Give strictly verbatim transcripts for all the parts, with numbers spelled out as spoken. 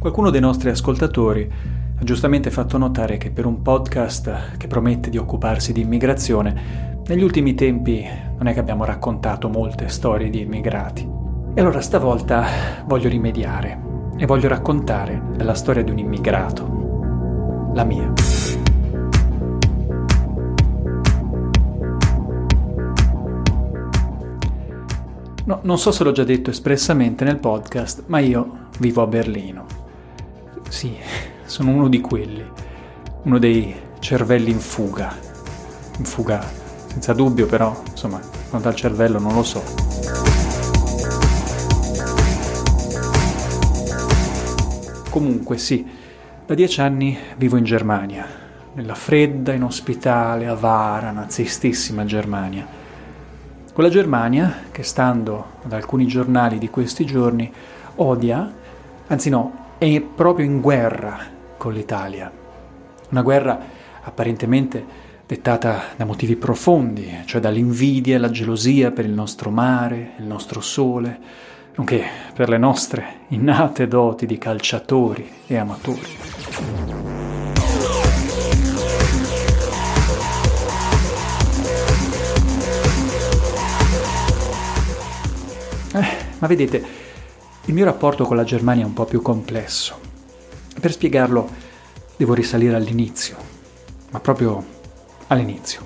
Qualcuno dei nostri ascoltatori ha giustamente fatto notare che per un podcast che promette di occuparsi di immigrazione, negli ultimi tempi non è che abbiamo raccontato molte storie di immigrati. E allora stavolta voglio rimediare e voglio raccontare la storia di un immigrato, la mia. No, non so se l'ho già detto espressamente nel podcast, ma io vivo a Berlino. Sì, sono uno di quelli, uno dei cervelli in fuga. In fuga senza dubbio, però, insomma, quanto al cervello non lo so. Comunque sì, da dieci anni vivo in Germania, nella fredda, inospitale, avara, nazistissima Germania. Quella Germania che, stando ad alcuni giornali di questi giorni, odia, anzi no, è proprio in guerra con l'Italia. Una guerra apparentemente dettata da motivi profondi, cioè dall'invidia e la gelosia per il nostro mare, il nostro sole, nonché per le nostre innate doti di calciatori e amatori. Eh, ma vedete, il mio rapporto con la Germania è un po' più complesso. Per spiegarlo devo risalire all'inizio, ma proprio all'inizio.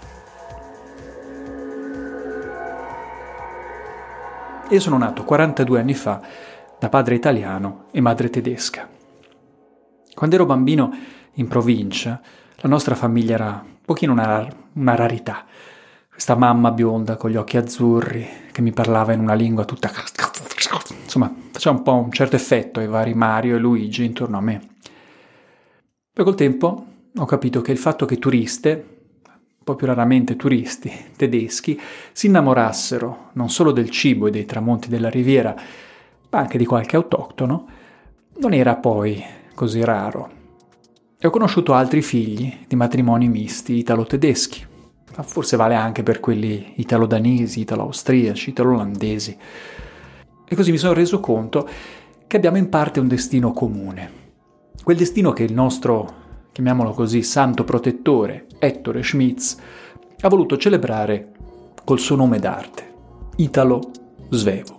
Io sono nato quarantadue anni fa da padre italiano e madre tedesca. Quando ero bambino in provincia, la nostra famiglia era un pochino una, una rarità. Questa mamma bionda con gli occhi azzurri che mi parlava in una lingua tutta... Insomma, faceva un po' un certo effetto ai vari Mario e Luigi intorno a me. Poi col tempo ho capito che il fatto che turiste, un po' più raramente turisti tedeschi, si innamorassero non solo del cibo e dei tramonti della riviera, ma anche di qualche autoctono, non era poi così raro. E ho conosciuto altri figli di matrimoni misti italo-tedeschi. Ma forse vale anche per quelli italo-danesi, italo-austriaci, italo-olandesi. E così mi sono reso conto che abbiamo in parte un destino comune. Quel destino che il nostro, chiamiamolo così, santo protettore, Ettore Schmitz, ha voluto celebrare col suo nome d'arte, Italo Svevo.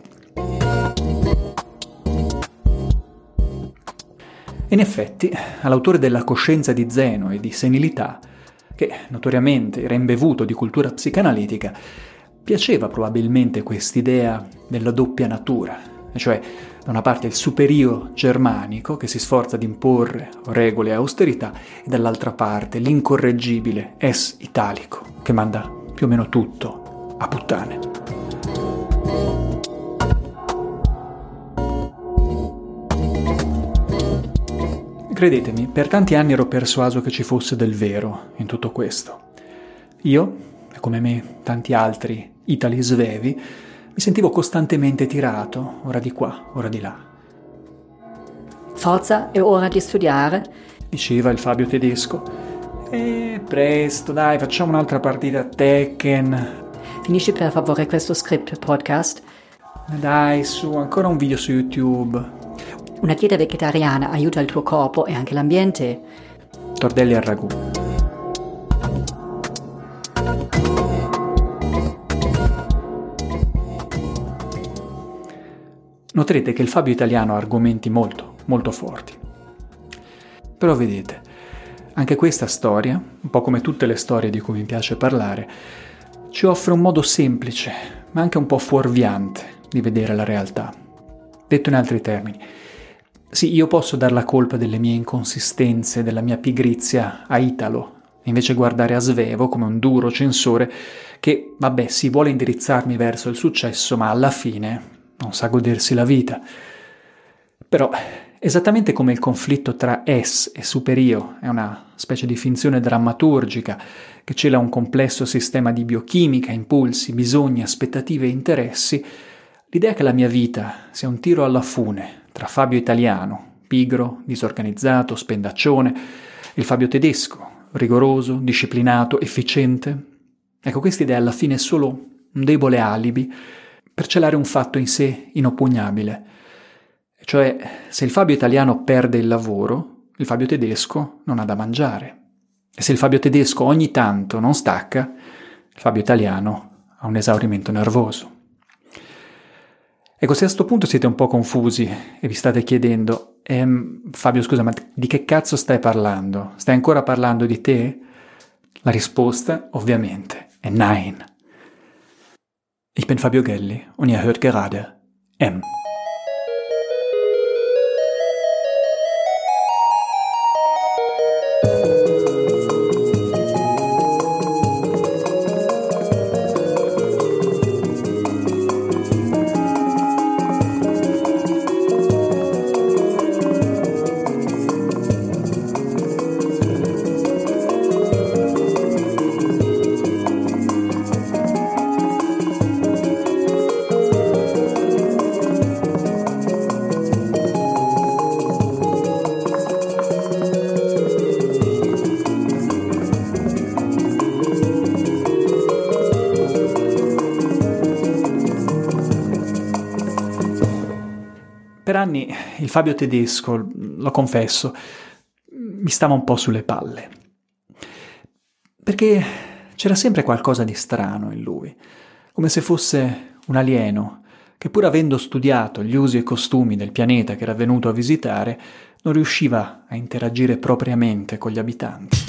In effetti, all'autore della Coscienza di Zeno e di Senilità, che notoriamente era imbevuto di cultura psicanalitica, piaceva probabilmente quest'idea della doppia natura, cioè da una parte il superio germanico che si sforza di imporre regole e austerità e dall'altra parte l'incorreggibile es italico che manda più o meno tutto a puttane. Credetemi, per tanti anni ero persuaso che ci fosse del vero in tutto questo. Io, e come me tanti altri Itali svevi, mi sentivo costantemente tirato, ora di qua, ora di là. Forza, è ora di studiare, diceva il Fabio tedesco. E presto, dai, facciamo un'altra partita a Tekken. Finisci per favore questo script podcast. Dai, su, ancora un video su YouTube. Una dieta vegetariana aiuta il tuo corpo e anche l'ambiente. Tordelli al ragù. Noterete che il Fabio italiano ha argomenti molto, molto forti. Però vedete, anche questa storia, un po' come tutte le storie di cui mi piace parlare, ci offre un modo semplice, ma anche un po' fuorviante di vedere la realtà. Detto in altri termini, sì, io posso dar la colpa delle mie inconsistenze, della mia pigrizia a Italo, e invece guardare a Svevo come un duro censore che, vabbè, si vuole indirizzarmi verso il successo, ma alla fine non sa godersi la vita. Però, esattamente come il conflitto tra es e superio è una specie di finzione drammaturgica che cela un complesso sistema di biochimica, impulsi, bisogni, aspettative e interessi, l'idea che la mia vita sia un tiro alla fune tra Fabio italiano, pigro, disorganizzato, spendaccione, e il Fabio tedesco, rigoroso, disciplinato, efficiente. Ecco, questa idea alla fine è solo un debole alibi per celare un fatto in sé inoppugnabile. Cioè, se il Fabio italiano perde il lavoro, il Fabio tedesco non ha da mangiare. E se il Fabio tedesco ogni tanto non stacca, il Fabio italiano ha un esaurimento nervoso. Ecco, se a sto punto siete un po' confusi e vi state chiedendo ehm, Fabio, scusa, ma di che cazzo stai parlando? Stai ancora parlando di te? La risposta, ovviamente, è nein. Ich bin Fabio Gelli und ihr hört gerade M. Per anni il Fabio tedesco, lo confesso, mi stava un po' sulle palle. Perché c'era sempre qualcosa di strano in lui, come se fosse un alieno che, pur avendo studiato gli usi e costumi del pianeta che era venuto a visitare, non riusciva a interagire propriamente con gli abitanti.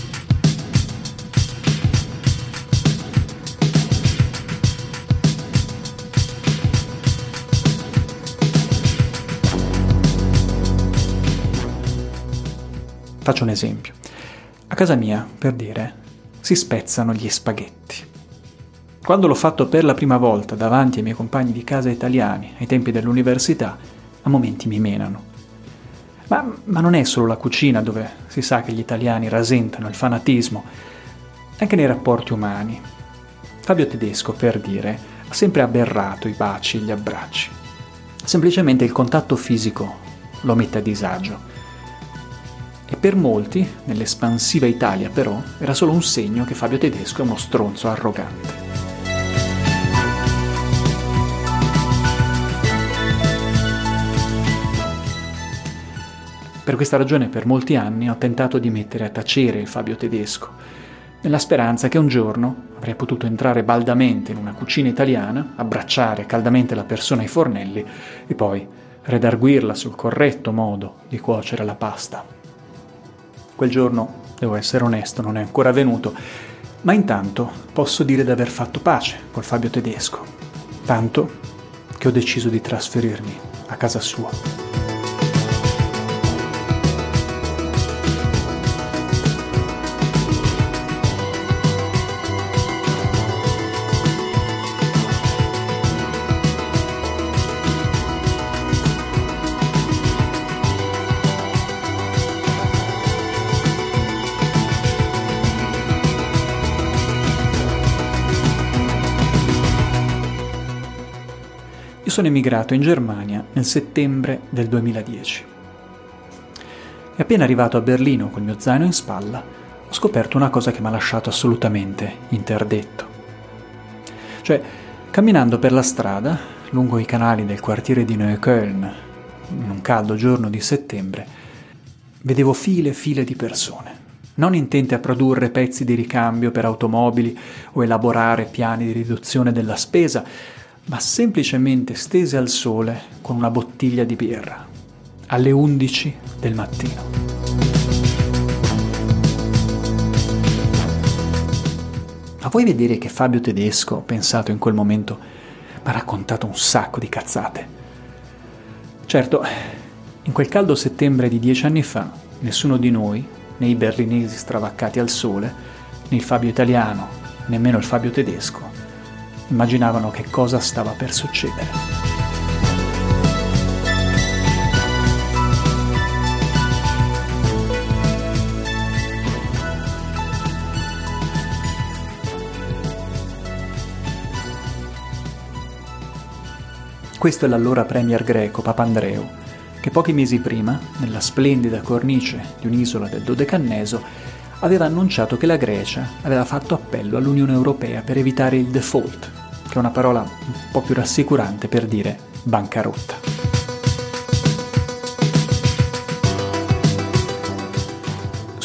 Faccio un esempio. A casa mia, per dire, si spezzano gli spaghetti. Quando l'ho fatto per la prima volta davanti ai miei compagni di casa italiani ai tempi dell'università, a momenti mi menano. Ma, ma non è solo la cucina dove si sa che gli italiani rasentano il fanatismo, anche nei rapporti umani. Fabio tedesco, per dire, ha sempre aberrato i baci e gli abbracci. Semplicemente il contatto fisico lo mette a disagio. E per molti, nell'espansiva Italia però, era solo un segno che Fabio tedesco è uno stronzo arrogante. Per questa ragione per molti anni ho tentato di mettere a tacere il Fabio tedesco, nella speranza che un giorno avrei potuto entrare baldamente in una cucina italiana, abbracciare caldamente la persona ai fornelli e poi redarguirla sul corretto modo di cuocere la pasta. Quel giorno, devo essere onesto, non è ancora venuto, ma intanto posso dire di aver fatto pace col Fabio tedesco, tanto che ho deciso di trasferirmi a casa sua. Io sono emigrato in Germania nel settembre del duemiladieci. E appena arrivato a Berlino col mio zaino in spalla, ho scoperto una cosa che mi ha lasciato assolutamente interdetto. Cioè, camminando per la strada, lungo i canali del quartiere di Neukölln, in un caldo giorno di settembre, vedevo file e file di persone, non intente a produrre pezzi di ricambio per automobili o elaborare piani di riduzione della spesa, ma semplicemente stese al sole con una bottiglia di birra, alle undici del mattino. Ma vuoi vedere che Fabio tedesco, ho pensato in quel momento, mi ha raccontato un sacco di cazzate? Certo, in quel caldo settembre di dieci anni fa, nessuno di noi, né i berlinesi stravaccati al sole, né il Fabio italiano, nemmeno il Fabio tedesco, immaginavano che cosa stava per succedere. Questo è l'allora premier greco Papandreou, che pochi mesi prima, nella splendida cornice di un'isola del Dodecanneso, aveva annunciato che la Grecia aveva fatto appello all'Unione Europea per evitare il default, che è una parola un po' più rassicurante per dire bancarotta.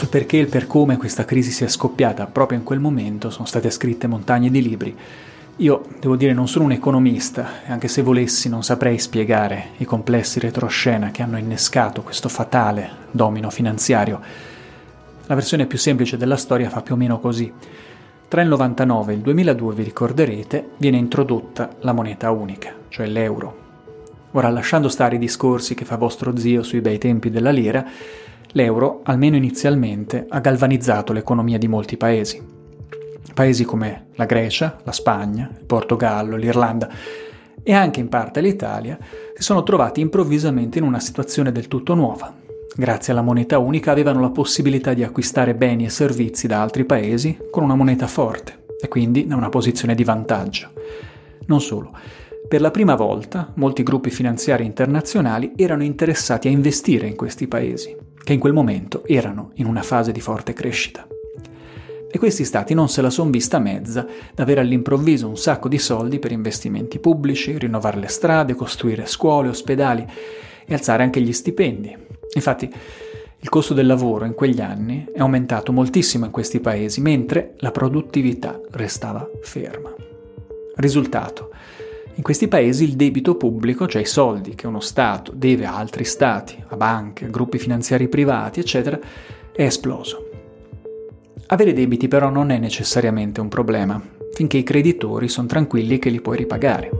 sul perché e il per come questa crisi sia scoppiata proprio in quel momento sono state scritte montagne di libri. Io, devo dire, non sono un economista e anche se volessi non saprei spiegare i complessi retroscena che hanno innescato questo fatale domino finanziario. La versione più semplice della storia fa più o meno così. Tra il novantanove e il duemiladue, vi ricorderete, viene introdotta la moneta unica, cioè l'euro. Ora, lasciando stare i discorsi che fa vostro zio sui bei tempi della lira, l'euro, almeno inizialmente, ha galvanizzato l'economia di molti paesi. Paesi come la Grecia, la Spagna, il Portogallo, l'Irlanda e anche in parte l'Italia si sono trovati improvvisamente in una situazione del tutto nuova. Grazie alla moneta unica avevano la possibilità di acquistare beni e servizi da altri paesi con una moneta forte e quindi da una posizione di vantaggio. Non solo. Per la prima volta molti gruppi finanziari internazionali erano interessati a investire in questi paesi, che in quel momento erano in una fase di forte crescita. E questi stati non se la son vista mezza d'avere all'improvviso un sacco di soldi per investimenti pubblici, rinnovare le strade, costruire scuole, ospedali e alzare anche gli stipendi. Infatti, il costo del lavoro in quegli anni è aumentato moltissimo in questi paesi, mentre la produttività restava ferma. Risultato: in questi paesi il debito pubblico, cioè i soldi che uno Stato deve a altri Stati, a banche, a gruppi finanziari privati, eccetera, è esploso. Avere debiti però non è necessariamente un problema, finché i creditori sono tranquilli che li puoi ripagare.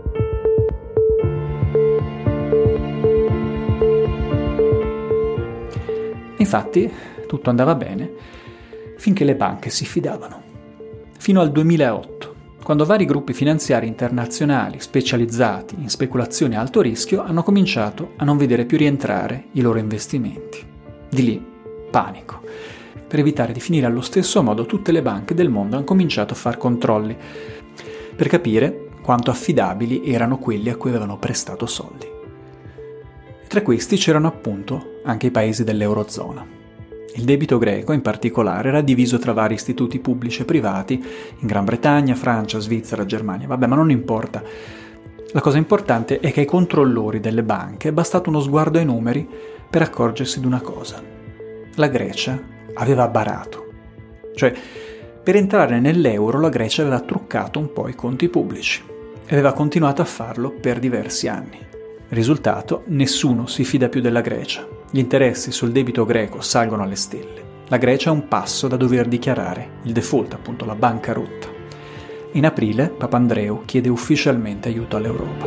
Infatti, tutto andava bene finché le banche si fidavano. Fino al duemilaotto, quando vari gruppi finanziari internazionali specializzati in speculazioni a alto rischio hanno cominciato a non vedere più rientrare i loro investimenti. Di lì, panico. Per evitare di finire allo stesso modo, tutte le banche del mondo hanno cominciato a fare controlli per capire quanto affidabili erano quelli a cui avevano prestato soldi. E tra questi c'erano appunto anche i paesi dell'Eurozona. Il debito greco, in particolare, era diviso tra vari istituti pubblici e privati in Gran Bretagna, Francia, Svizzera, Germania. Vabbè, ma non importa. La cosa importante è che ai controllori delle banche è bastato uno sguardo ai numeri per accorgersi di una cosa. La Grecia aveva barato. Cioè, per entrare nell'euro la Grecia aveva truccato un po' i conti pubblici e aveva continuato a farlo per diversi anni. Risultato, nessuno si fida più della Grecia. Gli interessi sul debito greco salgono alle stelle. La Grecia è un passo da dover dichiarare il default, appunto la bancarotta. In aprile Papandreou chiede ufficialmente aiuto all'Europa.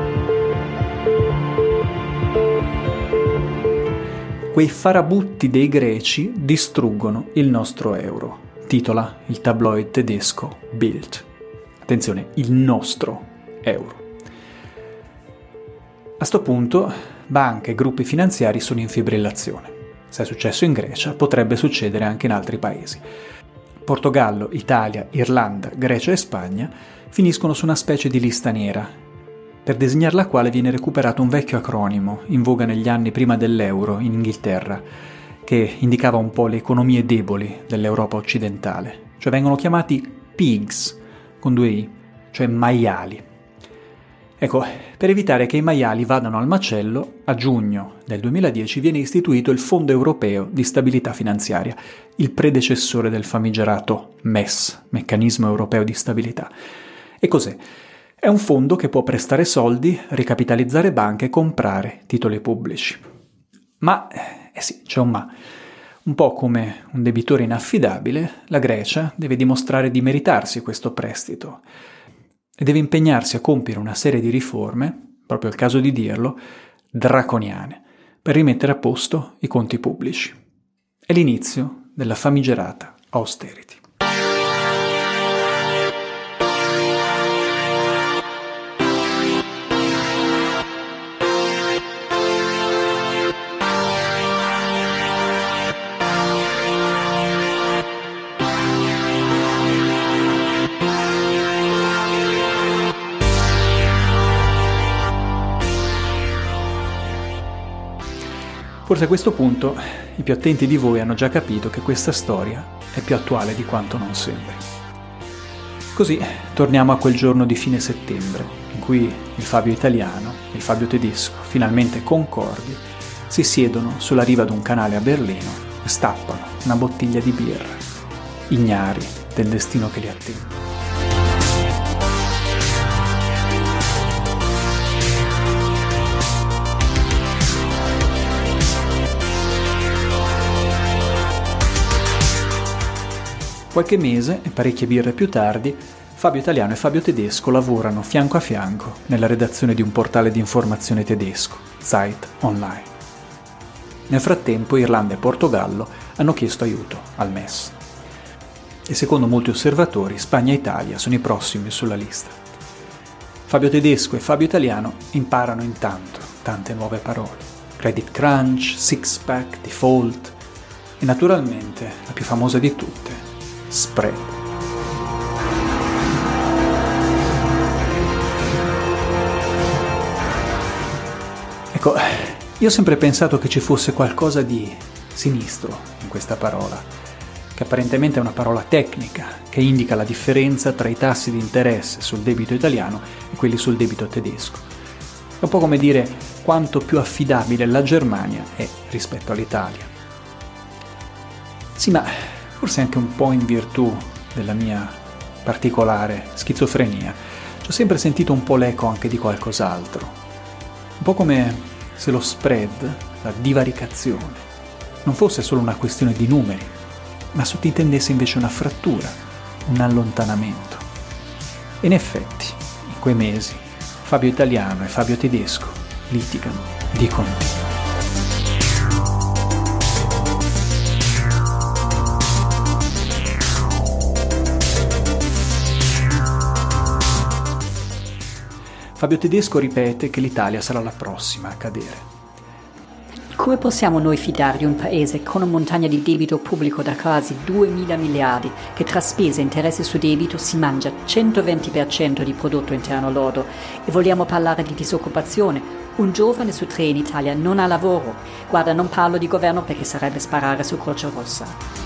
Quei farabutti dei greci distruggono il nostro euro, titola il tabloid tedesco Bild. Attenzione, il nostro euro. A sto punto, banche e gruppi finanziari sono in fibrillazione. Se è successo in Grecia, potrebbe succedere anche in altri paesi. Portogallo, Italia, Irlanda, Grecia e Spagna finiscono su una specie di lista nera, per designare la quale viene recuperato un vecchio acronimo in voga negli anni prima dell'euro in Inghilterra, che indicava un po' le economie deboli dell'Europa occidentale. Cioè vengono chiamati pigs, con due i, cioè maiali. Ecco, per evitare che i maiali vadano al macello, a giugno del duemiladieci viene istituito il Fondo Europeo di Stabilità Finanziaria, il predecessore del famigerato M E S, Meccanismo Europeo di Stabilità. E cos'è? È un fondo che può prestare soldi, ricapitalizzare banche e comprare titoli pubblici. Ma, eh sì, c'è un ma. Un po' come un debitore inaffidabile, la Grecia deve dimostrare di meritarsi questo prestito e deve impegnarsi a compiere una serie di riforme, proprio il caso di dirlo, draconiane, per rimettere a posto i conti pubblici. È l'inizio della famigerata austerity. Forse a questo punto i più attenti di voi hanno già capito che questa storia è più attuale di quanto non sembri. Così torniamo a quel giorno di fine settembre, in cui il Fabio italiano e il Fabio tedesco, finalmente concordi, si siedono sulla riva di un canale a Berlino e stappano una bottiglia di birra, ignari del destino che li attende. Qualche mese e parecchie birre più tardi, Fabio Italiano e Fabio Tedesco lavorano fianco a fianco nella redazione di un portale di informazione tedesco, Zeit Online. Nel frattempo Irlanda e Portogallo hanno chiesto aiuto al M E S. E secondo molti osservatori Spagna e Italia sono i prossimi sulla lista. Fabio Tedesco e Fabio Italiano imparano intanto tante nuove parole. Credit crunch, six pack, default e naturalmente la più famosa di tutte, spread. Ecco, io ho sempre pensato che ci fosse qualcosa di sinistro in questa parola, che apparentemente è una parola tecnica, che indica la differenza tra i tassi di interesse sul debito italiano e quelli sul debito tedesco. È un po' come dire quanto più affidabile la Germania è rispetto all'Italia. Sì, ma forse anche un po' in virtù della mia particolare schizofrenia, ci ho sempre sentito un po' l'eco anche di qualcos'altro. Un po' come se lo spread, la divaricazione, non fosse solo una questione di numeri, ma sottintendesse invece una frattura, un allontanamento. E in effetti, in quei mesi, Fabio Italiano e Fabio Tedesco litigano di continuo. Fabio Tedesco ripete che l'Italia sarà la prossima a cadere. Come possiamo noi fidare di un paese con una montagna di debito pubblico da quasi duemila miliardi, che tra spese e interessi su debito si mangia centoventi per cento di prodotto interno lordo, e vogliamo parlare di disoccupazione? Un giovane su tre in Italia non ha lavoro. Guarda, non parlo di governo perché sarebbe sparare su Croce Rossa.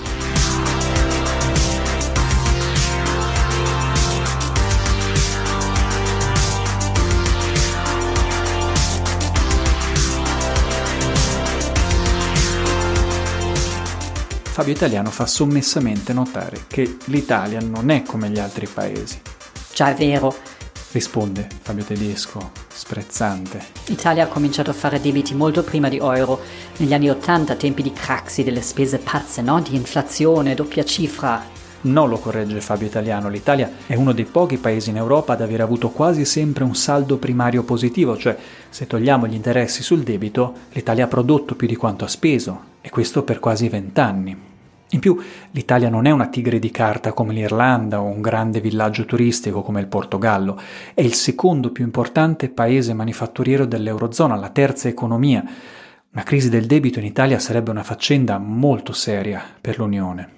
Fabio Italiano fa sommessamente notare che l'Italia non è come gli altri paesi. Già è vero, risponde Fabio Tedesco, sprezzante. L'Italia ha cominciato a fare debiti molto prima di euro, negli anni Ottanta, tempi di Craxi, delle spese pazze, no? Di inflazione, doppia cifra. No, lo corregge Fabio Italiano, l'Italia è uno dei pochi paesi in Europa ad aver avuto quasi sempre un saldo primario positivo, cioè se togliamo gli interessi sul debito, l'Italia ha prodotto più di quanto ha speso, e questo per quasi vent'anni. In più, l'Italia non è una tigre di carta come l'Irlanda o un grande villaggio turistico come il Portogallo, è il secondo più importante paese manifatturiero dell'Eurozona, la terza economia. Una crisi del debito in Italia sarebbe una faccenda molto seria per l'Unione.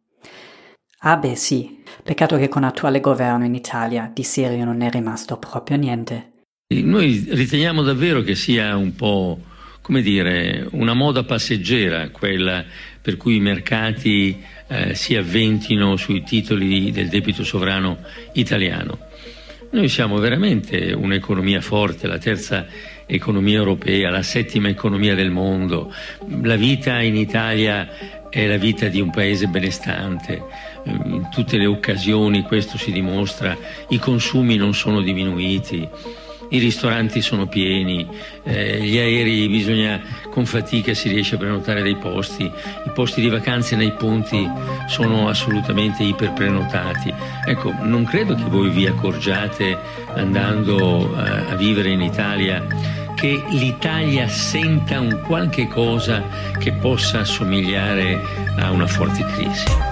Ah beh sì, peccato che con l'attuale governo in Italia di serio non è rimasto proprio niente. Noi riteniamo davvero che sia un po', come dire, una moda passeggera, quella per cui i mercati eh, si avventino sui titoli del debito sovrano italiano. Noi siamo veramente un'economia forte, la terza economia europea, la settima economia del mondo. La vita in Italia è la vita di un paese benestante. In tutte le occasioni questo si dimostra, i consumi non sono diminuiti, i ristoranti sono pieni, eh, gli aerei bisogna, con fatica si riesce a prenotare dei posti, i posti di vacanze nei ponti sono assolutamente iperprenotati. Ecco, non credo che voi vi accorgiate andando a, a vivere in Italia che l'Italia senta un qualche cosa che possa assomigliare a una forte crisi.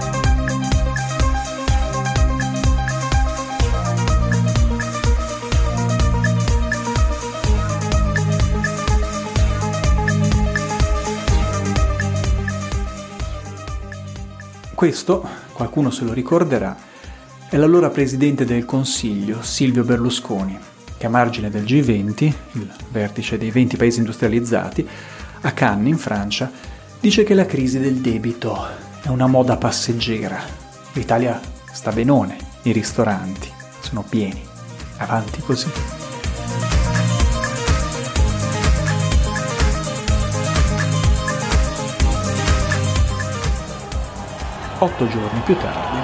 Questo, qualcuno se lo ricorderà, è l'allora presidente del Consiglio, Silvio Berlusconi, che a margine del G venti, il vertice dei venti paesi industrializzati, a Cannes, in Francia, dice che la crisi del debito è una moda passeggera. L'Italia sta benone, i ristoranti sono pieni. Avanti così. otto giorni più tardi,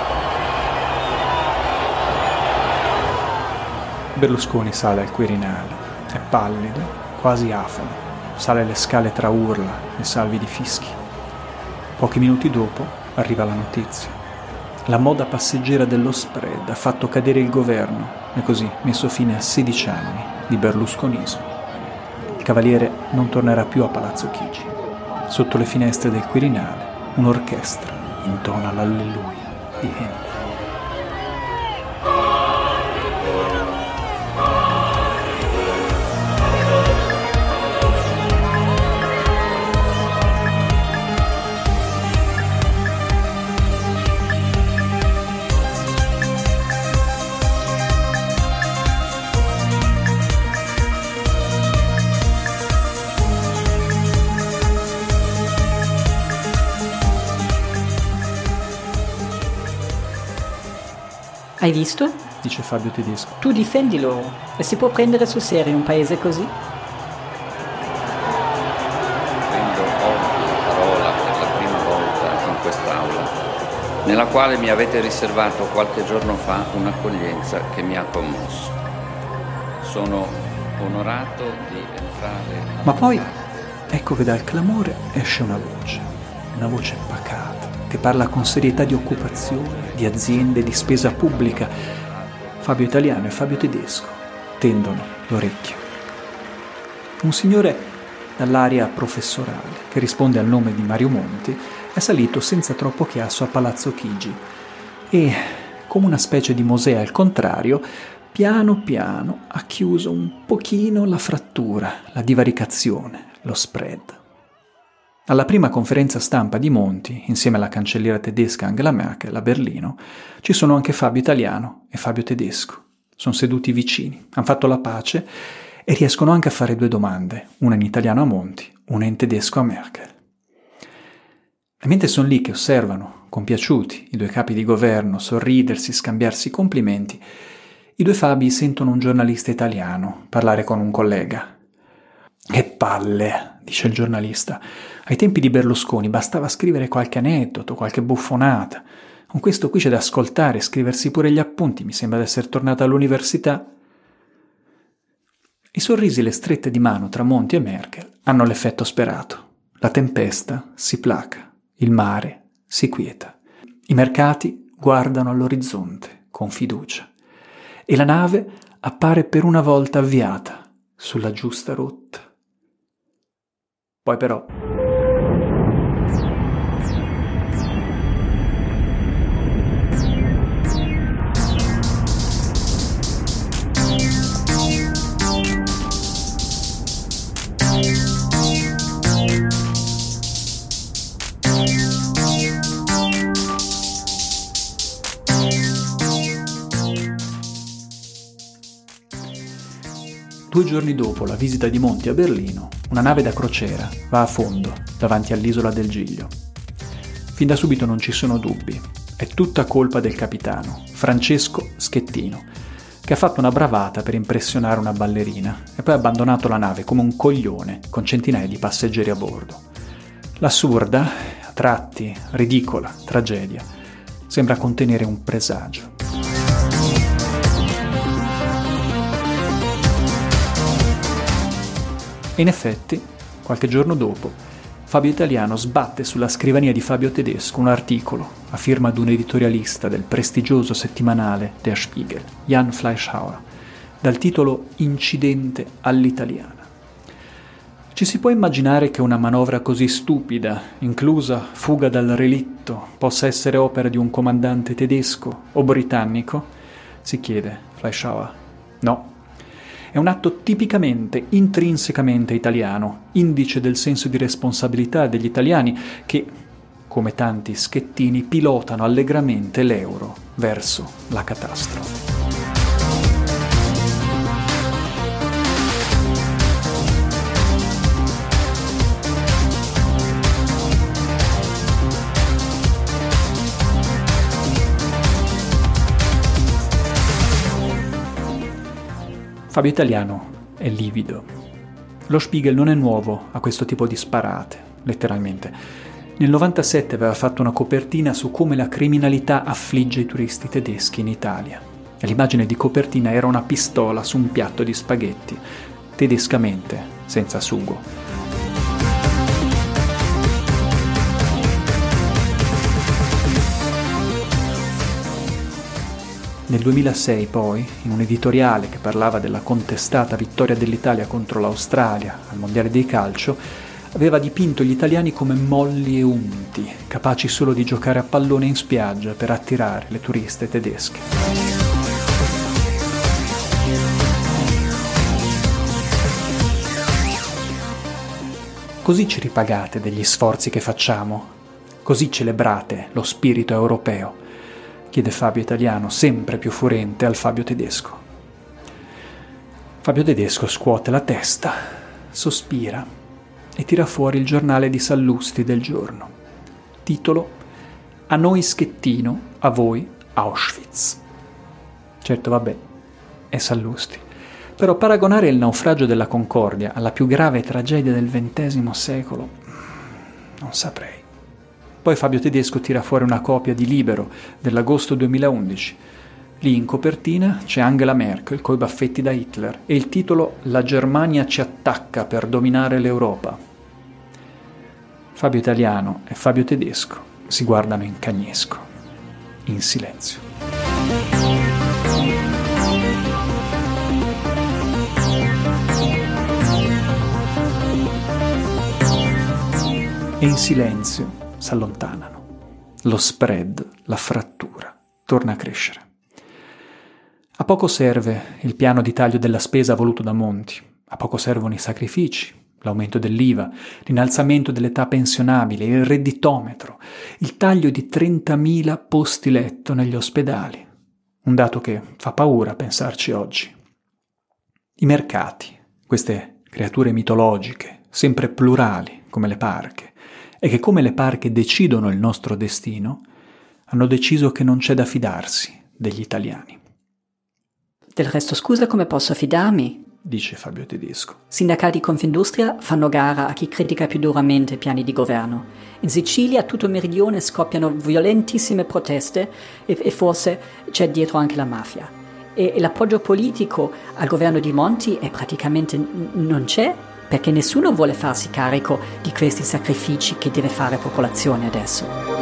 Berlusconi sale al Quirinale, è pallido, quasi afano, sale le scale tra urla e salvi di fischi. Pochi minuti dopo arriva la notizia. La moda passeggera dello spread ha fatto cadere il governo e così messo fine a sedici anni di berlusconismo. Il cavaliere non tornerà più a Palazzo Chigi. Sotto le finestre del Quirinale un'orchestra intona l'Alleluia di Handel. Hai visto? Dice Fabio Tedesco. Tu difendi loro. E si può prendere sul serio un paese così? Prendo oggi la parola per la prima volta in quest'aula, nella quale mi avete riservato qualche giorno fa un'accoglienza che mi ha commosso. Sono onorato di entrare... Ma poi ecco che dal clamore esce una voce, una voce pacata, che parla con serietà di occupazione, di aziende, di spesa pubblica. Fabio Italiano e Fabio Tedesco tendono l'orecchio. Un signore dall'aria professorale, che risponde al nome di Mario Monti, è salito senza troppo chiasso a Palazzo Chigi e, come una specie di Mosè al contrario, piano piano ha chiuso un pochino la frattura, la divaricazione, lo spread. Alla prima conferenza stampa di Monti, insieme alla cancelliera tedesca Angela Merkel a Berlino, ci sono anche Fabio Italiano e Fabio Tedesco. Sono seduti vicini, hanno fatto la pace e riescono anche a fare due domande, una in italiano a Monti, una in tedesco a Merkel. E mentre sono lì che osservano, compiaciuti, i due capi di governo sorridersi, scambiarsi complimenti, i due Fabi sentono un giornalista italiano parlare con un collega. «Che palle!» dice il giornalista. «Ai tempi di Berlusconi bastava scrivere qualche aneddoto, qualche buffonata. Con questo qui c'è da ascoltare, scriversi pure gli appunti, mi sembra di essere tornata all'università». I sorrisi e le strette di mano tra Monti e Merkel hanno l'effetto sperato. La tempesta si placa, il mare si quieta. I mercati guardano all'orizzonte con fiducia e la nave appare per una volta avviata sulla giusta rotta. Poi però due giorni dopo la visita di Monti a Berlino, una nave da crociera va a fondo davanti all'isola del Giglio. Fin da subito non ci sono dubbi, è tutta colpa del capitano, Francesco Schettino, che ha fatto una bravata per impressionare una ballerina e poi ha abbandonato la nave come un coglione con centinaia di passeggeri a bordo. L'assurda, a tratti ridicola tragedia sembra contenere un presagio. E in effetti, qualche giorno dopo, Fabio Italiano sbatte sulla scrivania di Fabio Tedesco un articolo a firma di un editorialista del prestigioso settimanale Der Spiegel, Jan Fleischhauer, dal titolo Incidente all'italiana. Ci si può immaginare che una manovra così stupida, inclusa fuga dal relitto, possa essere opera di un comandante tedesco o britannico? Si chiede Fleischhauer. No. È un atto tipicamente, intrinsecamente italiano, indice del senso di responsabilità degli italiani che, come tanti schettini, pilotano allegramente l'euro verso la catastrofe. Fabio Italiano è livido. Lo Spiegel non è nuovo a questo tipo di sparate, letteralmente. Nel novantasette aveva fatto una copertina su come la criminalità affligge i turisti tedeschi in Italia. E l'immagine di copertina era una pistola su un piatto di spaghetti, tedescamente senza sugo. Nel duemilasei poi, in un editoriale che parlava della contestata vittoria dell'Italia contro l'Australia al Mondiale di calcio, aveva dipinto gli italiani come molli e unti, capaci solo di giocare a pallone in spiaggia per attirare le turiste tedesche. Così ci ripagate degli sforzi che facciamo? Così celebrate lo spirito europeo? Chiede Fabio Italiano, sempre più furente, al Fabio Tedesco. Fabio Tedesco scuote la testa, sospira e tira fuori il giornale di Sallusti del giorno. Titolo: A noi Schettino, a voi Auschwitz. Certo, vabbè, è Sallusti. Però paragonare il naufragio della Concordia alla più grave tragedia del ventesimo secolo, non saprei. Poi Fabio Tedesco tira fuori una copia di Libero dell'agosto duemilaundici. Lì in copertina c'è Angela Merkel coi baffetti da Hitler e il titolo «La Germania ci attacca per dominare l'Europa». Fabio Italiano e Fabio Tedesco si guardano in cagnesco, in silenzio. E in silenzio si allontanano. Lo spread, la frattura, torna a crescere. A poco serve il piano di taglio della spesa voluto da Monti, a poco servono i sacrifici, l'aumento dell'I V A, l'innalzamento dell'età pensionabile, il redditometro, il taglio di trentamila posti letto negli ospedali. Un dato che fa paura pensarci oggi. I mercati, queste creature mitologiche, sempre plurali come le parche, e che come le parche decidono il nostro destino, hanno deciso che non c'è da fidarsi degli italiani. Del resto, scusa, come posso fidarmi? Dice Fabio Tedesco. Sindacati di Confindustria fanno gara a chi critica più duramente i piani di governo. In Sicilia, a tutto il meridione, scoppiano violentissime proteste e, e forse c'è dietro anche la mafia. E, e l'appoggio politico al governo di Monti è praticamente n- non c'è, perché nessuno vuole farsi carico di questi sacrifici che deve fare la popolazione adesso.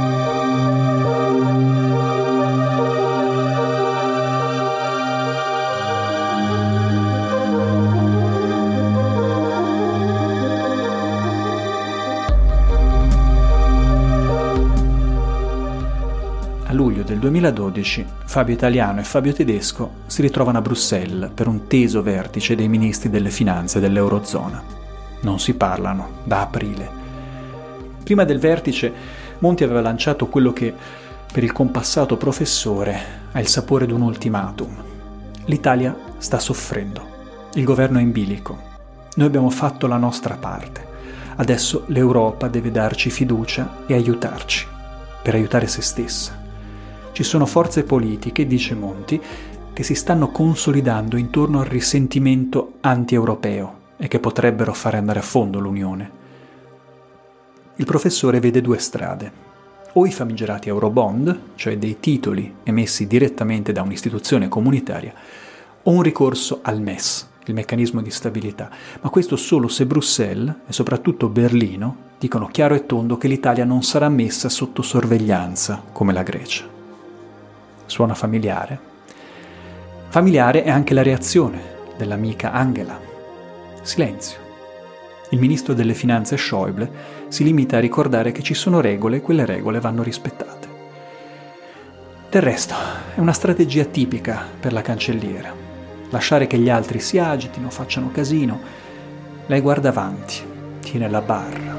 A luglio del duemiladodici Fabio Italiano e Fabio Tedesco si ritrovano a Bruxelles per un teso vertice dei ministri delle finanze dell'Eurozona. Non si parlano da aprile. Prima del vertice Monti aveva lanciato quello che, per il compassato professore, ha il sapore di un ultimatum. L'Italia sta soffrendo. Il governo è in bilico. Noi abbiamo fatto la nostra parte. Adesso l'Europa deve darci fiducia e aiutarci, per aiutare se stessa. Ci sono forze politiche, dice Monti, che si stanno consolidando intorno al risentimento anti-europeo e che potrebbero fare andare a fondo l'Unione. Il professore vede due strade: o i famigerati Eurobond, cioè dei titoli emessi direttamente da un'istituzione comunitaria, o un ricorso al M E S, il meccanismo di stabilità, ma questo solo se Bruxelles e soprattutto Berlino dicono chiaro e tondo che l'Italia non sarà messa sotto sorveglianza come la Grecia. Suona familiare? Familiare è anche la reazione dell'amica Angela. Silenzio. Il ministro delle finanze Schäuble si limita a ricordare che ci sono regole e quelle regole vanno rispettate. Del resto, è una strategia tipica per la cancelliera. Lasciare che gli altri si agitino, facciano casino. Lei guarda avanti, tiene la barra.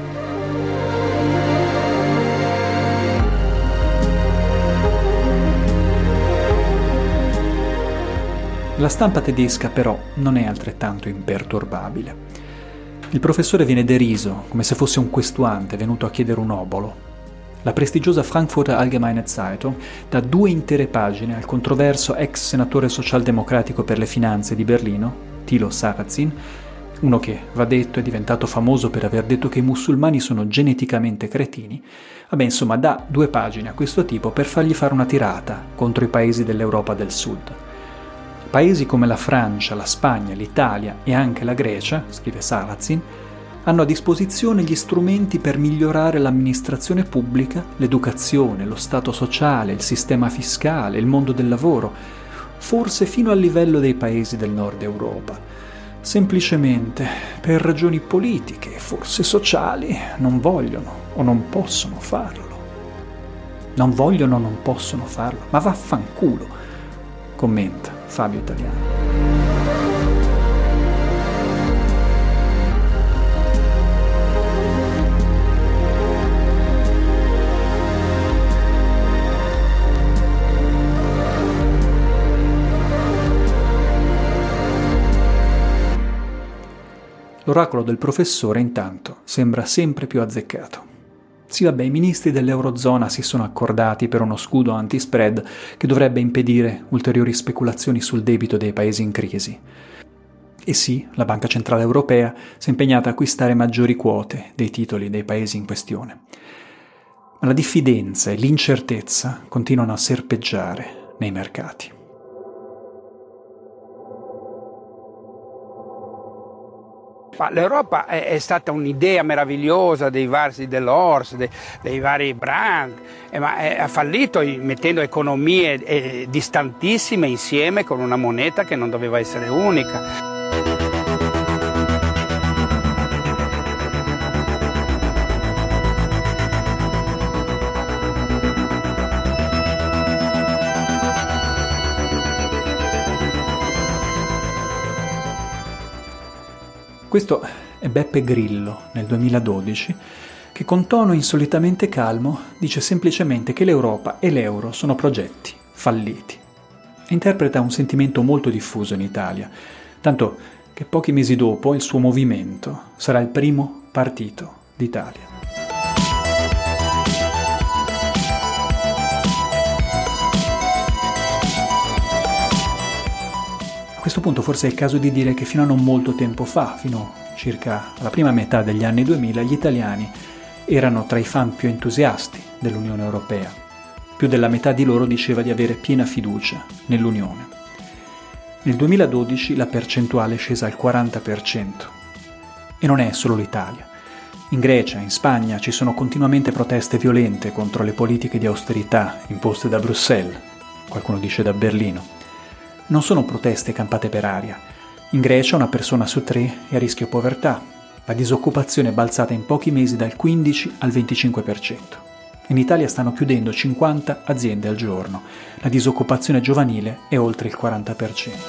La stampa tedesca però non è altrettanto imperturbabile. Il professore viene deriso come se fosse un questuante venuto a chiedere un obolo. La prestigiosa Frankfurter Allgemeine Zeitung dà due intere pagine al controverso ex senatore socialdemocratico per le finanze di Berlino, Thilo Sarrazin, uno che, va detto, è diventato famoso per aver detto che i musulmani sono geneticamente cretini, vabbè, insomma, dà due pagine a questo tipo per fargli fare una tirata contro i paesi dell'Europa del Sud. Paesi come la Francia, la Spagna, l'Italia e anche la Grecia, scrive Sarrazin, hanno a disposizione gli strumenti per migliorare l'amministrazione pubblica, l'educazione, lo stato sociale, il sistema fiscale, il mondo del lavoro, forse fino al livello dei paesi del nord Europa. Semplicemente, per ragioni politiche, forse sociali, non vogliono o non possono farlo. Non vogliono o non possono farlo, ma vaffanculo, commenta Fabio Italiano. L'oracolo del professore, intanto, sembra sempre più azzeccato. Sì, vabbè, i ministri dell'Eurozona si sono accordati per uno scudo anti-spread che dovrebbe impedire ulteriori speculazioni sul debito dei paesi in crisi. E sì, la Banca Centrale Europea si è impegnata a acquistare maggiori quote dei titoli dei paesi in questione. Ma la diffidenza e l'incertezza continuano a serpeggiare nei mercati. L'Europa è, è stata un'idea meravigliosa dei vari dell'O R S S, dei, dei vari brand, eh, ma è, ha fallito mettendo economie eh, distantissime insieme con una moneta che non doveva essere unica. Questo è Beppe Grillo, nel duemiladodici, che con tono insolitamente calmo dice semplicemente che l'Europa e l'euro sono progetti falliti. E interpreta un sentimento molto diffuso in Italia, tanto che pochi mesi dopo il suo movimento sarà il primo partito d'Italia. A questo punto forse è il caso di dire che fino a non molto tempo fa, fino circa alla prima metà degli anni duemila, gli italiani erano tra i fan più entusiasti dell'Unione Europea. Più della metà di loro diceva di avere piena fiducia nell'Unione. Nel duemiladodici la percentuale è scesa al quaranta per cento. E non è solo l'Italia. In Grecia, in Spagna ci sono continuamente proteste violente contro le politiche di austerità imposte da Bruxelles, qualcuno dice da Berlino. Non sono proteste campate per aria. In Grecia una persona su tre è a rischio povertà. La disoccupazione è balzata in pochi mesi dal quindici al venticinque per cento. In Italia stanno chiudendo cinquanta aziende al giorno. La disoccupazione giovanile è oltre il quaranta per cento.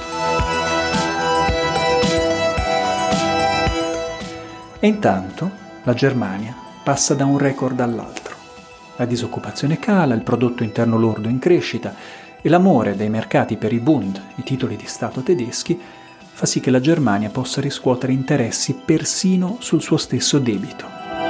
E intanto la Germania passa da un record all'altro. La disoccupazione cala, il prodotto interno lordo in crescita, e l'amore dei mercati per i Bund, i titoli di Stato tedeschi, fa sì che la Germania possa riscuotere interessi persino sul suo stesso debito.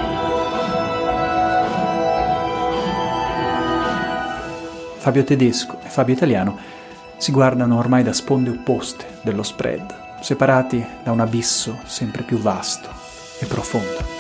Fabio Tedesco e Fabio Italiano si guardano ormai da sponde opposte dello spread, separati da un abisso sempre più vasto e profondo.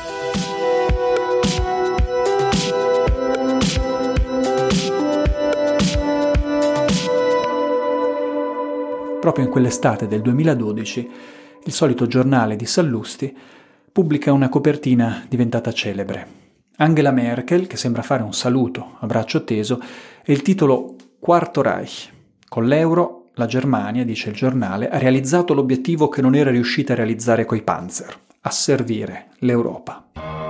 Proprio in quell'estate del duemiladodici, il solito giornale di Sallusti pubblica una copertina diventata celebre. Angela Merkel, che sembra fare un saluto a braccio teso, e il titolo Quarto Reich. Con l'euro, la Germania, dice il giornale, ha realizzato l'obiettivo che non era riuscita a realizzare coi Panzer, asservire l'Europa.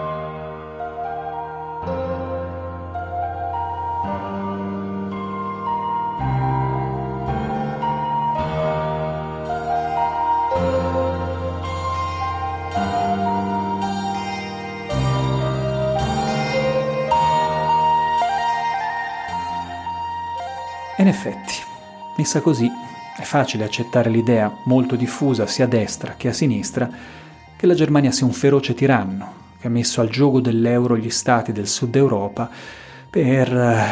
E in effetti, messa così, è facile accettare l'idea molto diffusa sia a destra che a sinistra che la Germania sia un feroce tiranno che ha messo al giogo dell'euro gli stati del sud Europa per...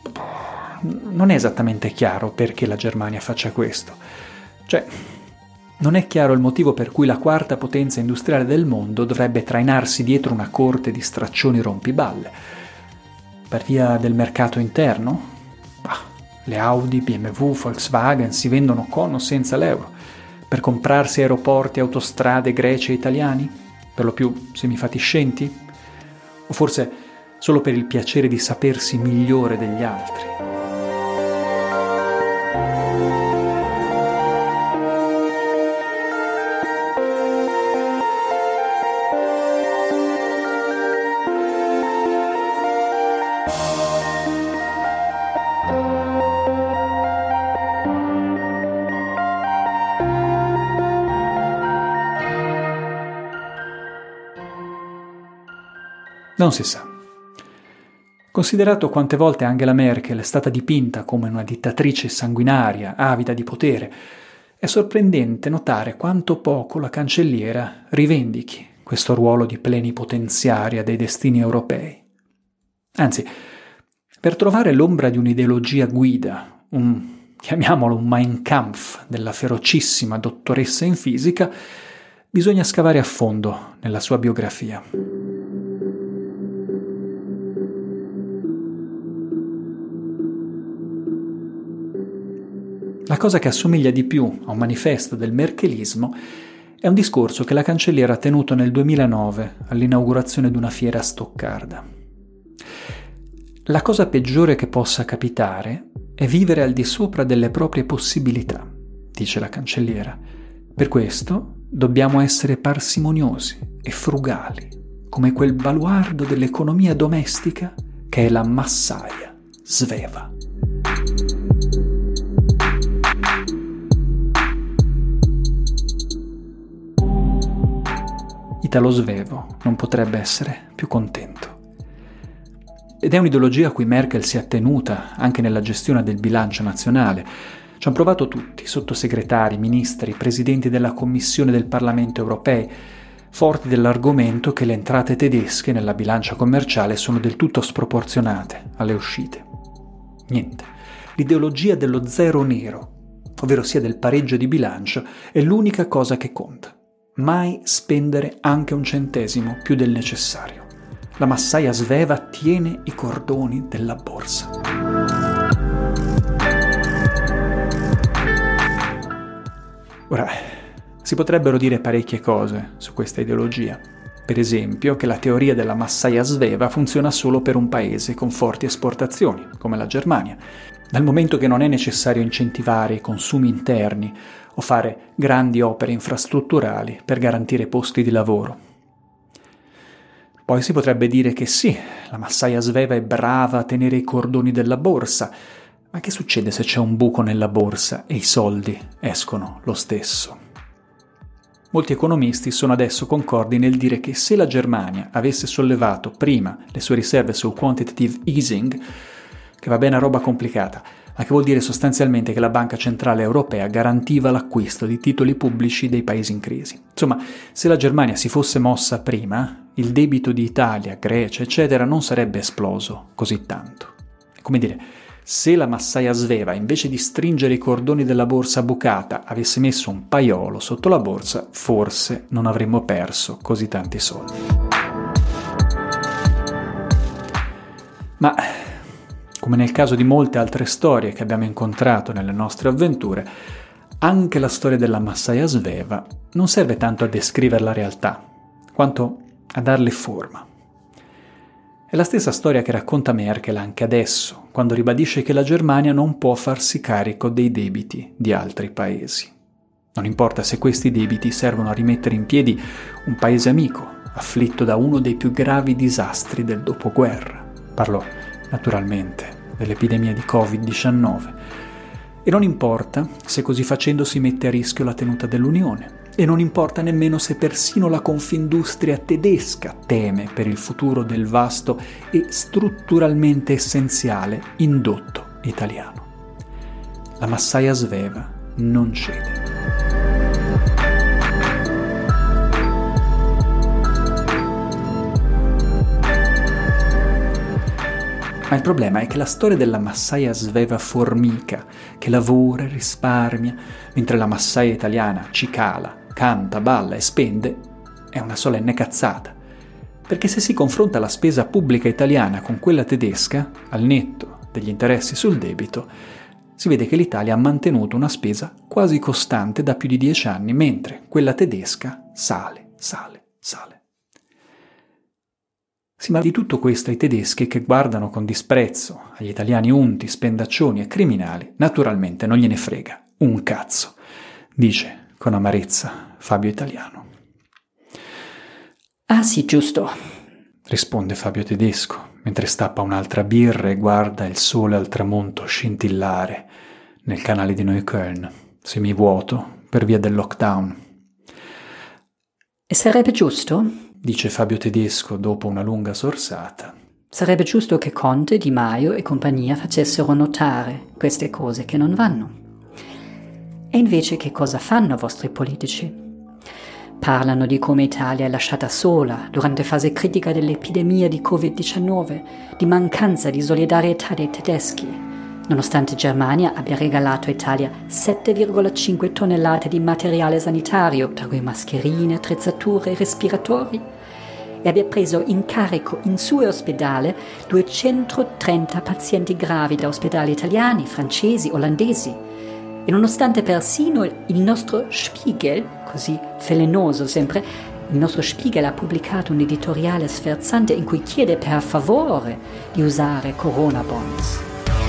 Non è esattamente chiaro perché la Germania faccia questo. Cioè, Non è chiaro il motivo per cui la quarta potenza industriale del mondo dovrebbe trainarsi dietro una corte di straccioni rompiballe. Per via del mercato interno? Bah, le Audi, B M W, Volkswagen si vendono con o senza l'euro. Per comprarsi aeroporti, autostrade, Grecia e italiani? Per lo più semifatiscenti? O forse solo per il piacere di sapersi migliore degli altri? Non si sa. Considerato quante volte Angela Merkel è stata dipinta come una dittatrice sanguinaria, avida di potere, è sorprendente notare quanto poco la cancelliera rivendichi questo ruolo di plenipotenziaria dei destini europei. Anzi, per trovare l'ombra di un'ideologia guida, un, chiamiamolo un Mein Kampf della ferocissima dottoressa in fisica, bisogna scavare a fondo nella sua biografia. La cosa che assomiglia di più a un manifesto del merkelismo è un discorso che la cancelliera ha tenuto nel duemilanove all'inaugurazione di una fiera a Stoccarda. La cosa peggiore che possa capitare è vivere al di sopra delle proprie possibilità, dice la cancelliera. Per questo dobbiamo essere parsimoniosi e frugali, come quel baluardo dell'economia domestica che è la massaia sveva. Italo Svevo non potrebbe essere più contento. Ed è un'ideologia a cui Merkel si è attenuta anche nella gestione del bilancio nazionale. Ci hanno provato tutti, sottosegretari, ministri, presidenti della Commissione del Parlamento europei, forti dell'argomento che le entrate tedesche nella bilancia commerciale sono del tutto sproporzionate alle uscite. Niente. L'ideologia dello zero nero, ovvero sia del pareggio di bilancio, è l'unica cosa che conta. Mai spendere anche un centesimo più del necessario. La massaia sveva tiene i cordoni della borsa. Ora, si potrebbero dire parecchie cose su questa ideologia. Per esempio, che la teoria della massaia sveva funziona solo per un paese con forti esportazioni, come la Germania, dal momento che non è necessario incentivare i consumi interni o fare grandi opere infrastrutturali per garantire posti di lavoro. Poi si potrebbe dire che sì, la massaia sveva è brava a tenere i cordoni della borsa, ma che succede se c'è un buco nella borsa e i soldi escono lo stesso? Molti economisti sono adesso concordi nel dire che se la Germania avesse sollevato prima le sue riserve sul quantitative easing, che va bene a roba complicata, ma che vuol dire sostanzialmente che la Banca Centrale Europea garantiva l'acquisto di titoli pubblici dei paesi in crisi. Insomma, se la Germania si fosse mossa prima, il debito di Italia, Grecia, eccetera, non sarebbe esploso così tanto. Come dire, se la massaia sveva, invece di stringere i cordoni della borsa bucata, avesse messo un paiolo sotto la borsa, forse non avremmo perso così tanti soldi. Ma come nel caso di molte altre storie che abbiamo incontrato nelle nostre avventure, anche la storia della massaia sveva non serve tanto a descrivere la realtà, quanto a darle forma. È la stessa storia che racconta Merkel anche adesso, quando ribadisce che la Germania non può farsi carico dei debiti di altri paesi. Non importa se questi debiti servono a rimettere in piedi un paese amico, afflitto da uno dei più gravi disastri del dopoguerra. Parlo naturalmente dell'epidemia di covid diciannove. E non importa se così facendo si mette a rischio la tenuta dell'Unione. E non importa nemmeno se persino la Confindustria tedesca teme per il futuro del vasto e strutturalmente essenziale indotto italiano. La massaia sveva non cede. Ma il problema è che la storia della massaia sveva formica, che lavora e risparmia, mentre la massaia italiana cicala, canta, balla e spende, è una solenne cazzata. Perché se si confronta la spesa pubblica italiana con quella tedesca, al netto degli interessi sul debito, si vede che l'Italia ha mantenuto una spesa quasi costante da più di dieci anni, mentre quella tedesca sale, sale, sale. Sì, ma di tutto questo ai tedeschi, che guardano con disprezzo agli italiani unti, spendaccioni e criminali, naturalmente non gliene frega un cazzo, dice con amarezza Fabio Italiano. Ah sì, giusto, risponde Fabio Tedesco, mentre stappa un'altra birra e guarda il sole al tramonto scintillare nel canale di Neukölln, semivuoto per via del lockdown. E sarebbe giusto? Dice Fabio Tedesco dopo una lunga sorsata. Sarebbe giusto che Conte, Di Maio e compagnia facessero notare queste cose che non vanno. E invece che cosa fanno i vostri politici? Parlano di come Italia è lasciata sola durante fase critica dell'epidemia di covid diciannove, di mancanza di solidarietà dei tedeschi, nonostante Germania abbia regalato a Italia sette virgola cinque tonnellate di materiale sanitario, tra cui mascherine, attrezzature e respiratori, e abbia preso in carico in suo ospedale duecentotrenta pazienti gravi da ospedali italiani, francesi, olandesi. E nonostante persino il nostro Spiegel, così velenoso sempre, il nostro Spiegel ha pubblicato un editoriale sferzante in cui chiede per favore di usare Corona Bonds.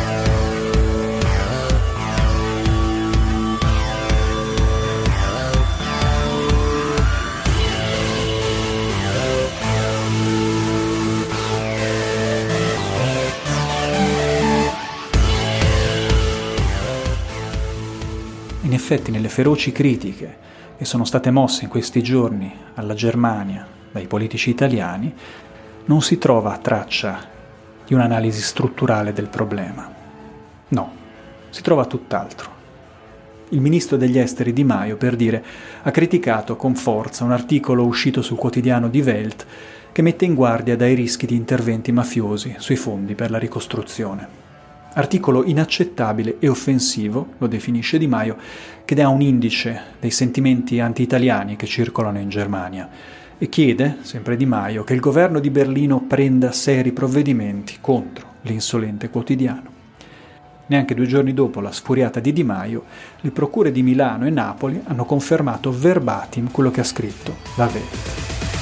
In effetti, nelle feroci critiche che sono state mosse in questi giorni alla Germania dai politici italiani, non si trova traccia di un'analisi strutturale del problema. No, si trova tutt'altro. Il ministro degli esteri Di Maio, per dire, ha criticato con forza un articolo uscito sul quotidiano Die Welt che mette in guardia dai rischi di interventi mafiosi sui fondi per la ricostruzione. Articolo inaccettabile e offensivo, lo definisce Di Maio, che dà un indice dei sentimenti anti-italiani che circolano in Germania e chiede, sempre Di Maio, che il governo di Berlino prenda seri provvedimenti contro l'insolente quotidiano. Neanche due giorni dopo la sfuriata di Di Maio, le procure di Milano e Napoli hanno confermato verbatim quello che ha scritto la Welt.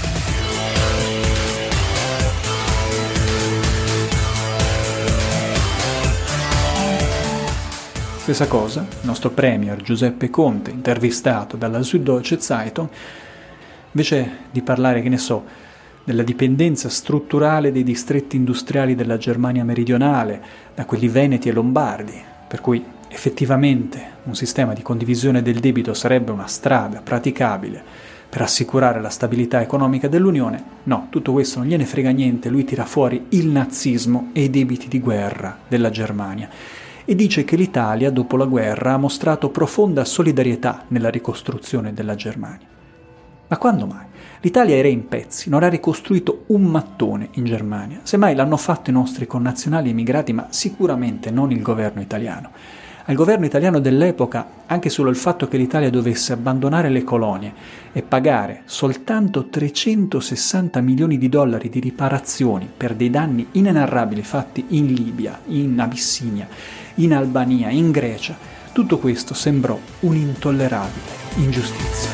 Stessa cosa, il nostro premier Giuseppe Conte, intervistato dalla Süddeutsche Zeitung, invece di parlare, che ne so, della dipendenza strutturale dei distretti industriali della Germania meridionale da quelli veneti e lombardi, per cui effettivamente un sistema di condivisione del debito sarebbe una strada praticabile per assicurare la stabilità economica dell'Unione, no, tutto questo non gliene frega niente, lui tira fuori il nazismo e i debiti di guerra della Germania. E dice che l'Italia, dopo la guerra, ha mostrato profonda solidarietà nella ricostruzione della Germania. Ma quando mai? L'Italia era in pezzi, non ha ricostruito un mattone in Germania. Semmai l'hanno fatto i nostri connazionali emigrati, ma sicuramente non il governo italiano. Al governo italiano dell'epoca, anche solo il fatto che l'Italia dovesse abbandonare le colonie e pagare soltanto trecentosessanta milioni di dollari di riparazioni per dei danni inenarrabili fatti in Libia, in Abissinia, in Albania, in Grecia, tutto questo sembrò un'intollerabile ingiustizia.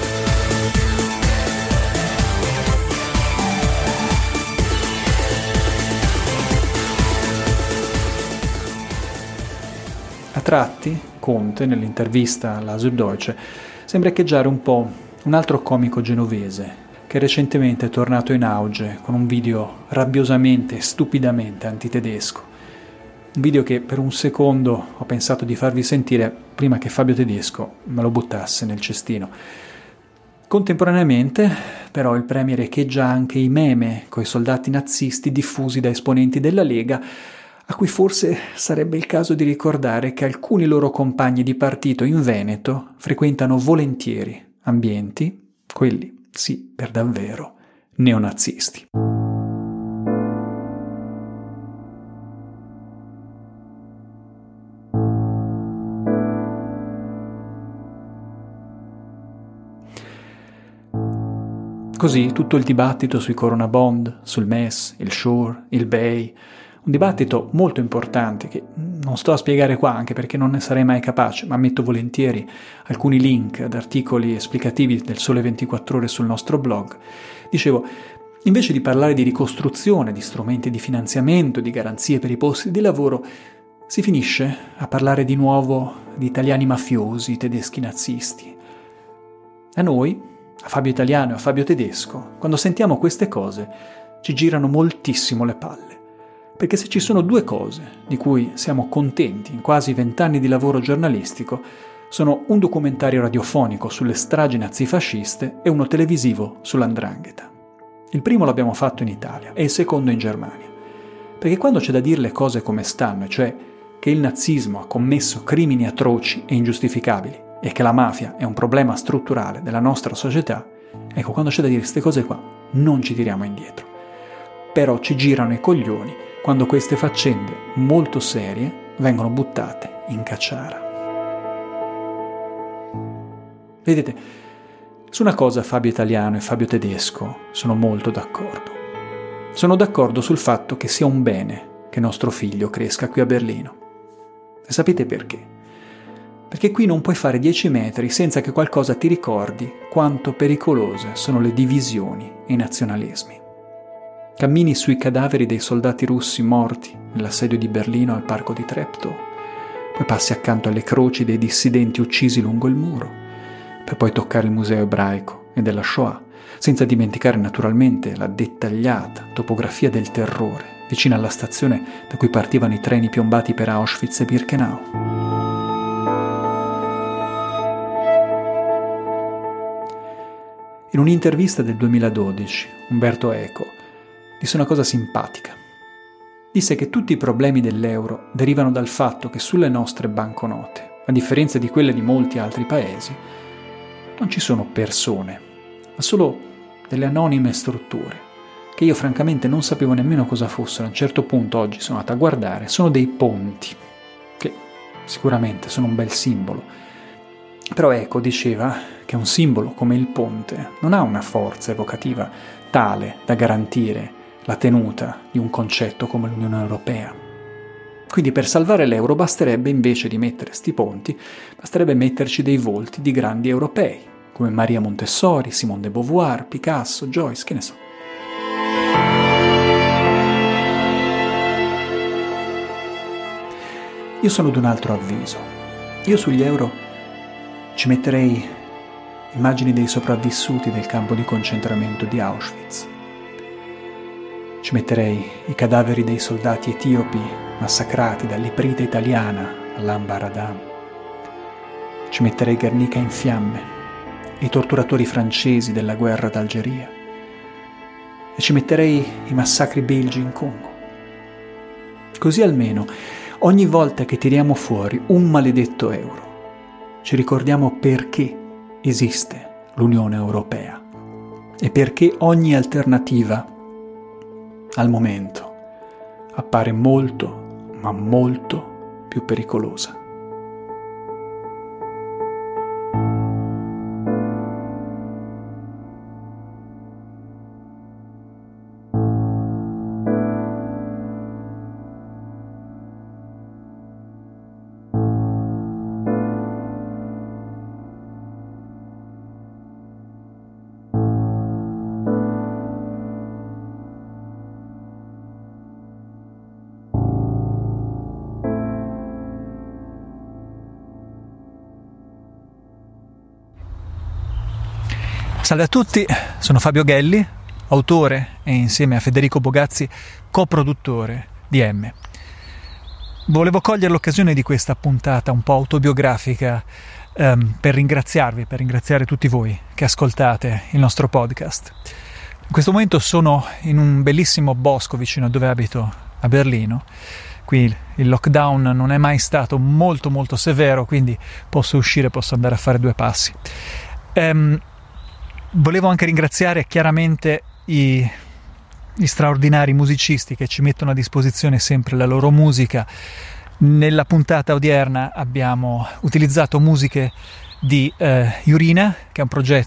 A tratti, Conte, nell'intervista alla Süddeutsche, sembra echeggiare un po' un altro comico genovese che recentemente è tornato in auge con un video rabbiosamente e stupidamente antitedesco. Un video che per un secondo ho pensato di farvi sentire prima che Fabio Tedesco me lo buttasse nel cestino. Contemporaneamente, però, il premier echeggia anche i meme coi soldati nazisti diffusi da esponenti della Lega, a cui forse sarebbe il caso di ricordare che alcuni loro compagni di partito in Veneto frequentano volentieri ambienti, quelli sì per davvero, neonazisti. Così tutto il dibattito sui Corona Bond, sul M E S, il SURE, il B E I, un dibattito molto importante che non sto a spiegare qua anche perché non ne sarei mai capace, ma metto volentieri alcuni link ad articoli esplicativi del Sole ventiquattro Ore sul nostro blog. Dicevo, invece di parlare di ricostruzione, di strumenti di finanziamento, di garanzie per i posti di lavoro, si finisce a parlare di nuovo di italiani mafiosi, tedeschi nazisti. A noi, a Fabio Italiano e a Fabio Tedesco, quando sentiamo queste cose, ci girano moltissimo le palle. Perché se ci sono due cose di cui siamo contenti in quasi vent'anni di lavoro giornalistico, sono un documentario radiofonico sulle stragi nazifasciste e uno televisivo sull'Andrangheta. Il primo l'abbiamo fatto in Italia e il secondo in Germania. Perché quando c'è da dire le cose come stanno, cioè che il nazismo ha commesso crimini atroci e ingiustificabili e che la mafia è un problema strutturale della nostra società, ecco, quando c'è da dire queste cose qua, non ci tiriamo indietro. Però ci girano i coglioni quando queste faccende molto serie vengono buttate in cacciara. Vedete, su una cosa Fabio Italiano e Fabio Tedesco sono molto d'accordo. Sono d'accordo sul fatto che sia un bene che nostro figlio cresca qui a Berlino. E sapete perché? Perché qui non puoi fare dieci metri senza che qualcosa ti ricordi quanto pericolose sono le divisioni e i nazionalismi. Cammini sui cadaveri dei soldati russi morti nell'assedio di Berlino al parco di Treptow, poi passi accanto alle croci dei dissidenti uccisi lungo il muro, per poi toccare il museo ebraico e della Shoah, senza dimenticare naturalmente la dettagliata topografia del terrore vicino alla stazione da cui partivano i treni piombati per Auschwitz e Birkenau. In un'intervista del duemiladodici, Umberto Eco disse una cosa simpatica. Disse che tutti i problemi dell'euro derivano dal fatto che sulle nostre banconote, a differenza di quelle di molti altri paesi, non ci sono persone, ma solo delle anonime strutture, che io francamente non sapevo nemmeno cosa fossero. A un certo punto oggi sono andato a guardare, sono dei ponti, che sicuramente sono un bel simbolo. Però Eco diceva che un simbolo come il ponte non ha una forza evocativa tale da garantire la tenuta di un concetto come l'Unione Europea. Quindi per salvare l'euro basterebbe, invece di mettere sti ponti, basterebbe metterci dei volti di grandi europei, come Maria Montessori, Simone de Beauvoir, Picasso, Joyce, che ne so. Io sono di un altro avviso. Io sugli euro ci metterei immagini dei sopravvissuti del campo di concentramento di Auschwitz. Ci metterei i cadaveri dei soldati etiopi massacrati dall'iprite italiana all'Ambar Adam. Ci metterei Guernica in fiamme, i torturatori francesi della guerra d'Algeria. E ci metterei i massacri belgi in Congo. Così almeno, ogni volta che tiriamo fuori un maledetto euro, ci ricordiamo perché esiste l'Unione Europea e perché ogni alternativa al momento appare molto, ma molto più pericolosa. Salve a tutti, sono Fabio Ghelli, autore e insieme a Federico Bogazzi coproduttore di M. Volevo cogliere l'occasione di questa puntata un po' autobiografica ehm, per ringraziarvi, per ringraziare tutti voi che ascoltate il nostro podcast. In questo momento sono in un bellissimo bosco vicino a dove abito a Berlino. Qui il lockdown non è mai stato molto molto severo, quindi posso uscire, posso andare a fare due passi. Ehm, Volevo anche ringraziare chiaramente i, gli straordinari musicisti che ci mettono a disposizione sempre la loro musica. Nella puntata odierna abbiamo utilizzato musiche di eh, Urina, che è un progetto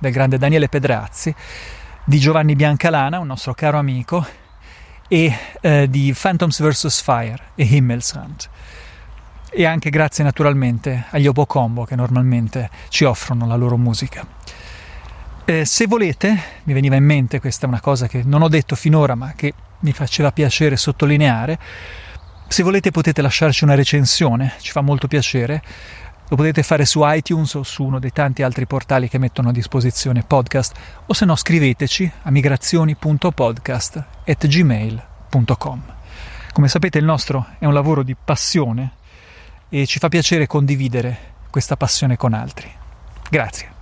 del grande Daniele Pedrazzi, di Giovanni Biancalana, un nostro caro amico, e eh, di Phantoms versus. Fire e Himmelsrand. E anche grazie naturalmente agli Obo Combo che normalmente ci offrono la loro musica. Eh, se volete, mi veniva in mente, questa è una cosa che non ho detto finora ma che mi faceva piacere sottolineare, se volete potete lasciarci una recensione, ci fa molto piacere, lo potete fare su iTunes o su uno dei tanti altri portali che mettono a disposizione podcast, o se no scriveteci a migrazioni punto podcast at gmail punto com. Come sapete il nostro è un lavoro di passione e ci fa piacere condividere questa passione con altri. Grazie.